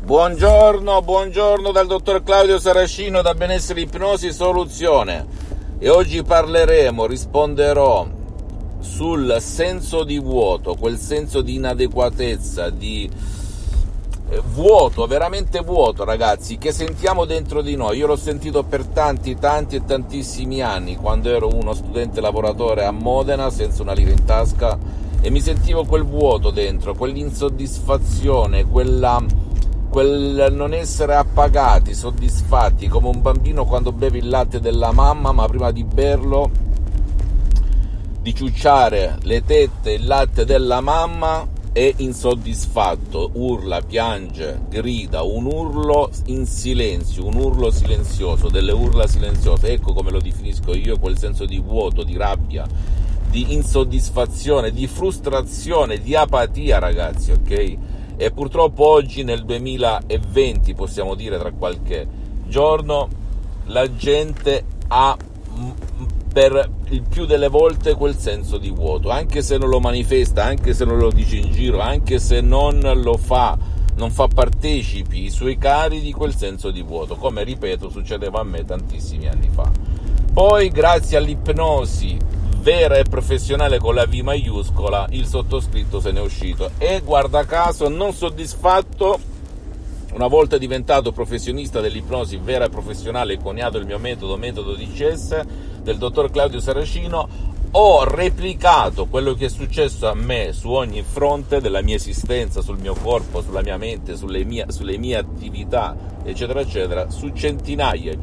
Buongiorno dal dottor Claudio Saracino da Benessere Ipnosi Soluzione e oggi risponderò sul senso di vuoto, quel senso di inadeguatezza, di vuoto, veramente vuoto, ragazzi, che sentiamo dentro di noi. Io l'ho sentito per tantissimi anni, quando ero uno studente lavoratore a Modena senza una lira in tasca, e mi sentivo quel vuoto dentro, quell'insoddisfazione, quel non essere appagati, soddisfatti, come un bambino quando beve il latte della mamma, ma prima di berlo, di ciucciare le tette, il latte della mamma, è insoddisfatto, urla, piange, grida, un urlo in silenzio, un urlo silenzioso, delle urla silenziose. Ecco come lo definisco io, quel senso di vuoto, di rabbia, di insoddisfazione, di frustrazione, di apatia, ragazzi, ok? E purtroppo oggi nel 2020, possiamo dire tra qualche giorno, la gente ha per il più delle volte quel senso di vuoto, anche se non lo manifesta, anche se non lo dice in giro, anche se non fa partecipi i suoi cari di quel senso di vuoto, come ripeto succedeva a me tantissimi anni fa. Poi grazie all'ipnosi vera e professionale con la V maiuscola, il sottoscritto se ne è uscito e guarda caso, non soddisfatto, una volta diventato professionista dell'ipnosi vera e professionale e coniato il mio metodo DCS del dottor Claudio Saracino, ho replicato quello che è successo a me su ogni fronte della mia esistenza, sul mio corpo, sulla mia mente, sulle mie attività, eccetera eccetera, su centinaia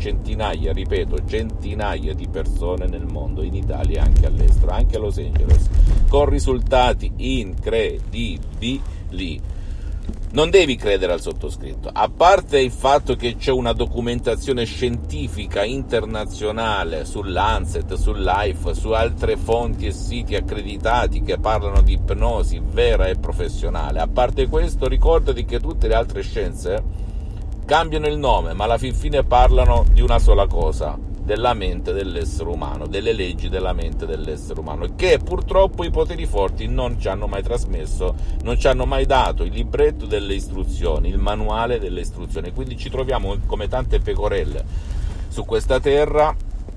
di persone nel mondo, in Italia e anche all'estero, anche a Los Angeles, con risultati incredibili. Non devi credere al sottoscritto, a parte il fatto che c'è una documentazione scientifica internazionale sull'Lancet, sull'Life, su altre fonti e siti accreditati che parlano di ipnosi vera e professionale. A parte questo, ricordati che tutte le altre scienze cambiano il nome, ma alla fin fine parlano di una sola cosa: della mente dell'essere umano, delle leggi della mente dell'essere umano, che purtroppo i poteri forti non ci hanno mai trasmesso, non ci hanno mai dato il libretto delle istruzioni, il manuale delle istruzioni. Quindi ci troviamo come tante pecorelle su questa terra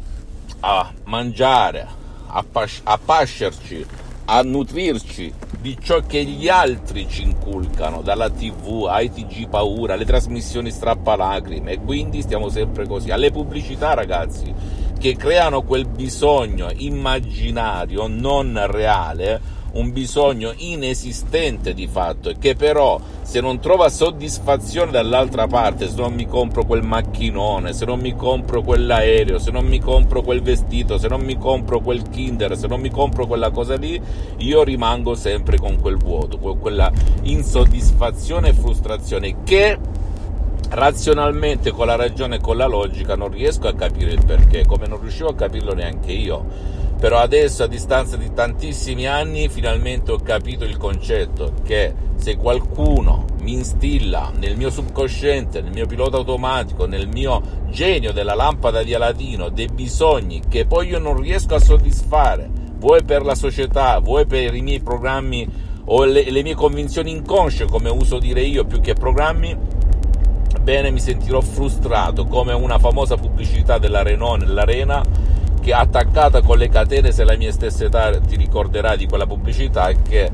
a mangiare, a pascerci, a nutrirci di ciò che gli altri ci inculcano, dalla TV, ai TG paura, alle trasmissioni strappalacrime, e quindi stiamo sempre così, alle pubblicità, ragazzi, che creano quel bisogno immaginario, non reale, un bisogno inesistente di fatto, e che però se non trova soddisfazione dall'altra parte, se non mi compro quel macchinone, se non mi compro quell'aereo, se non mi compro quel vestito, se non mi compro quel Kinder, se non mi compro quella cosa lì, io rimango sempre con quel vuoto, con quella insoddisfazione e frustrazione che razionalmente, con la ragione e con la logica, non riesco a capire il perché, come non riuscivo a capirlo neanche io. Però adesso, a distanza di tantissimi anni, finalmente ho capito il concetto che se qualcuno mi instilla nel mio subconsciente, nel mio pilota automatico, nel mio genio della lampada di Aladino, dei bisogni che poi io non riesco a soddisfare, vuoi per la società, vuoi per i miei programmi o le mie convinzioni inconsce, come uso dire io, più che programmi, bene, mi sentirò frustrato, come una famosa pubblicità della Renault nell'Arena, che attaccata con le catene, se la mia stessa età ti ricorderà di quella pubblicità, che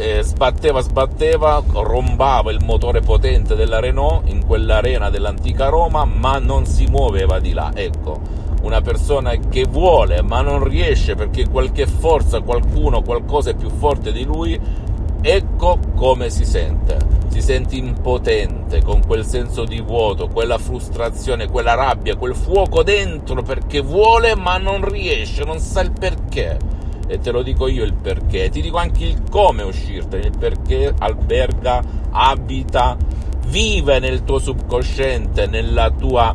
sbatteva, rombava il motore potente della Renault in quell'arena dell'antica Roma, ma non si muoveva di là. Ecco, una persona che vuole ma non riesce perché qualche forza, qualcuno, qualcosa è più forte di lui, ecco come si sente impotente, con quel senso di vuoto, quella frustrazione, quella rabbia, quel fuoco dentro, perché vuole ma non riesce, non sa il perché. E te lo dico io il perché, ti dico anche il come uscirtene, il perché alberga, abita, vive nel tuo subconsciente, nel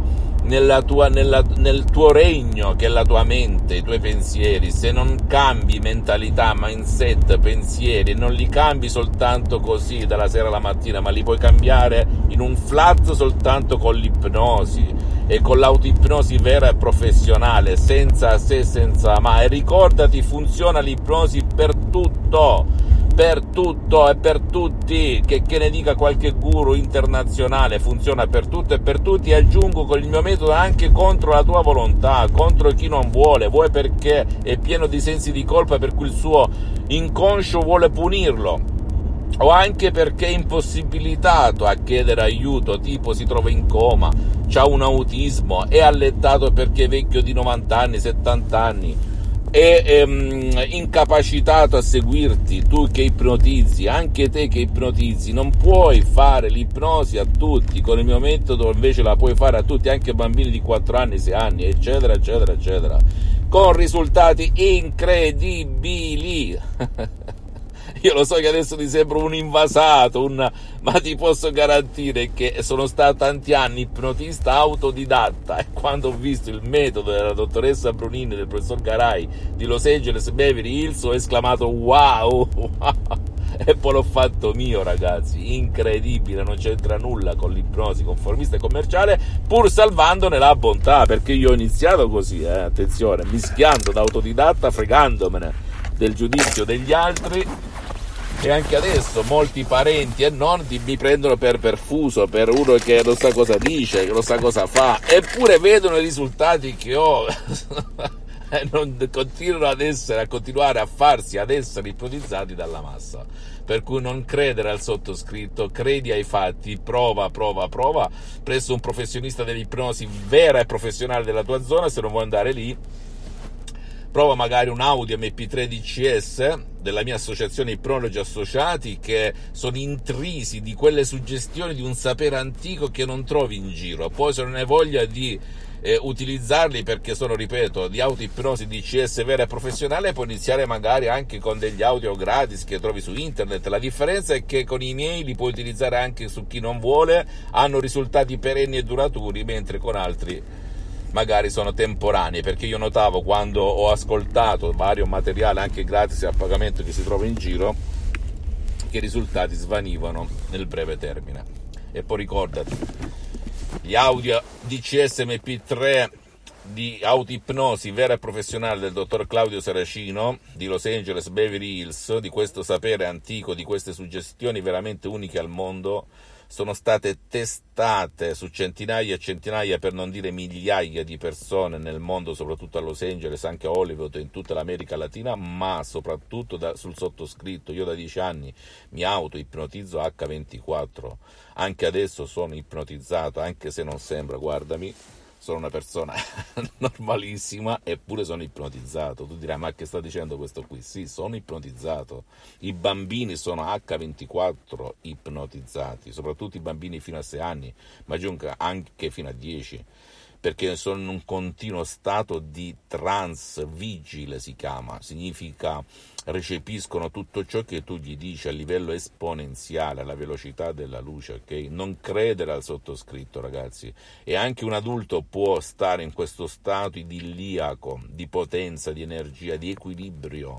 tuo regno, che è la tua mente, i tuoi pensieri. Se non cambi mentalità, mindset, pensieri, non li cambi soltanto così dalla sera alla mattina, ma li puoi cambiare in un flat soltanto con l'ipnosi, e con l'autoipnosi vera e professionale, senza se, senza ma. E ricordati, funziona l'ipnosi per tutto, per tutto e per tutti, che ne dica qualche guru internazionale, funziona per tutto e per tutti, e aggiungo con il mio metodo anche contro la tua volontà, contro chi non vuole, vuoi perché è pieno di sensi di colpa per cui il suo inconscio vuole punirlo, o anche perché è impossibilitato a chiedere aiuto, tipo si trova in coma, c'ha un autismo, è allettato perché è vecchio di 90 anni, 70 anni, è incapacitato a seguirti, tu che ipnotizzi, anche te che ipnotizzi, non puoi fare l'ipnosi a tutti, con il mio metodo invece la puoi fare a tutti, anche bambini di 4 anni, 6 anni, eccetera, eccetera, eccetera, con risultati incredibili. Io lo so che adesso ti sembro un invasato, ma ti posso garantire che sono stato tanti anni ipnotista autodidatta, e quando ho visto il metodo della dottoressa Brunini e del professor Garay di Los Angeles Beverly Hills ho esclamato wow, e poi l'ho fatto mio, ragazzi, incredibile, non c'entra nulla con l'ipnosi conformista e commerciale, pur salvandone la bontà, perché io ho iniziato così, attenzione, mischiando da autodidatta, fregandomene del giudizio degli altri. E anche adesso molti parenti e non mi prendono per perfuso, per uno che non sa cosa dice, che non sa cosa fa, eppure vedono i risultati che ho e non continuano ad continuare a farsi, ad essere ipnotizzati dalla massa. Per cui non credere al sottoscritto, credi ai fatti, prova presso un professionista dell'ipnosi vera e professionale della tua zona. Se non vuoi andare lì, prova magari un audio MP3 DCS della mia associazione Ipnologi Associati, che sono intrisi di quelle suggestioni di un sapere antico che non trovi in giro. Poi se non hai voglia di utilizzarli, perché sono, ripeto, di autoipnosi DCS vera e professionale, puoi iniziare magari anche con degli audio gratis che trovi su internet. La differenza è che con i miei li puoi utilizzare anche su chi non vuole, hanno risultati perenni e duraturi, mentre con altri magari sono temporanei, perché io notavo, quando ho ascoltato vario materiale anche gratis e a pagamento che si trova in giro, che i risultati svanivano nel breve termine. E poi ricordati, gli audio DCS MP3 di autoipnosi vera e professionale del dottor Claudio Saracino di Los Angeles Beverly Hills, di questo sapere antico, di queste suggestioni veramente uniche al mondo, sono state testate su centinaia e centinaia, per non dire migliaia di persone nel mondo, soprattutto a Los Angeles, anche a Hollywood e in tutta l'America Latina, ma soprattutto sul sottoscritto. Io da 10 anni mi auto-ipnotizzo H24, anche adesso sono ipnotizzato, anche se non sembra, guardami, sono una persona normalissima, eppure sono ipnotizzato. Tu dirai, ma che sta dicendo questo qui? Sì, sono ipnotizzato. I bambini sono H24 ipnotizzati, soprattutto i bambini fino a 6 anni, ma aggiungo anche fino a 10, perché sono in un continuo stato di trance vigile, si chiama, significa recepiscono tutto ciò che tu gli dici a livello esponenziale, alla velocità della luce, ok? Non credere al sottoscritto, ragazzi. E anche un adulto può stare in questo stato idilliaco, di potenza, di energia, di equilibrio.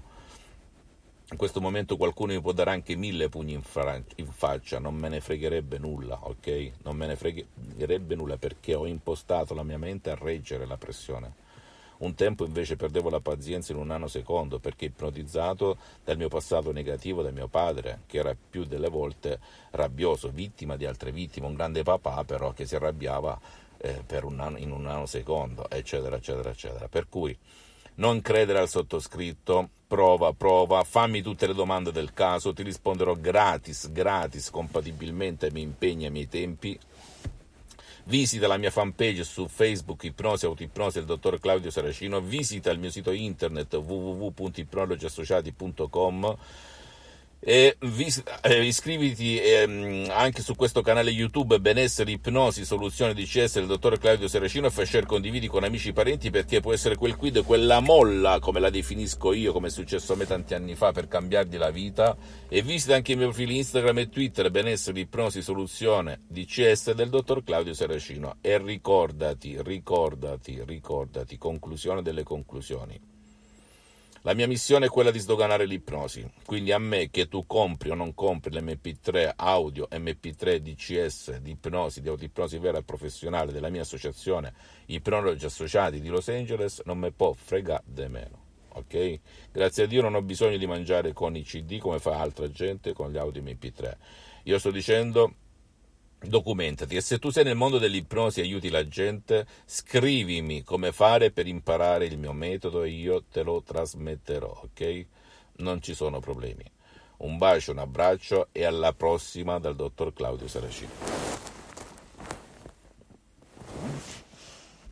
In questo momento qualcuno mi può dare anche 1000 pugni in faccia, non me ne fregherebbe nulla, ok? Non me ne fregherebbe nulla, perché ho impostato la mia mente a reggere la pressione. Un tempo invece perdevo la pazienza in un nanosecondo, perché ipnotizzato dal mio passato negativo, da mio padre, che era più delle volte rabbioso, vittima di altre vittime, un grande papà però che si arrabbiava in un nanosecondo, eccetera, eccetera, eccetera. Per cui non credere al sottoscritto, prova, fammi tutte le domande del caso, ti risponderò gratis, compatibilmente ai miei impegni e ai miei tempi. Visita la mia fanpage su Facebook, Ipnosi Autoipnosi del dottor Claudio Saracino, visita il mio sito internet www.ipnologiassociati.com e iscriviti anche su questo canale YouTube Benessere, Ipnosi, Soluzione DCS del dottor Claudio Saracino, e fai share, condividi con amici e parenti, perché può essere quel quid, quella molla, come la definisco io, come è successo a me tanti anni fa, per cambiargli la vita. E visita anche i miei profili Instagram e Twitter, Benessere, Ipnosi, Soluzione DCS del dottor Claudio Saracino. E ricordati, conclusione delle conclusioni. La mia missione è quella di sdoganare l'ipnosi, quindi a me, che tu compri o non compri l'MP3 audio, MP3 DCS di ipnosi, di autoipnosi vera e professionale della mia associazione Ipnologi Associati di Los Angeles, non me può fregare de meno, ok? Grazie a Dio non ho bisogno di mangiare con i CD come fa altra gente con gli audio MP3. Io sto dicendo, documentati, e se tu sei nel mondo dell'ipnosi e aiuti la gente, scrivimi come fare per imparare il mio metodo e io te lo trasmetterò, ok? Non ci sono problemi. Un bacio, un abbraccio e alla prossima dal dottor Claudio Saracino.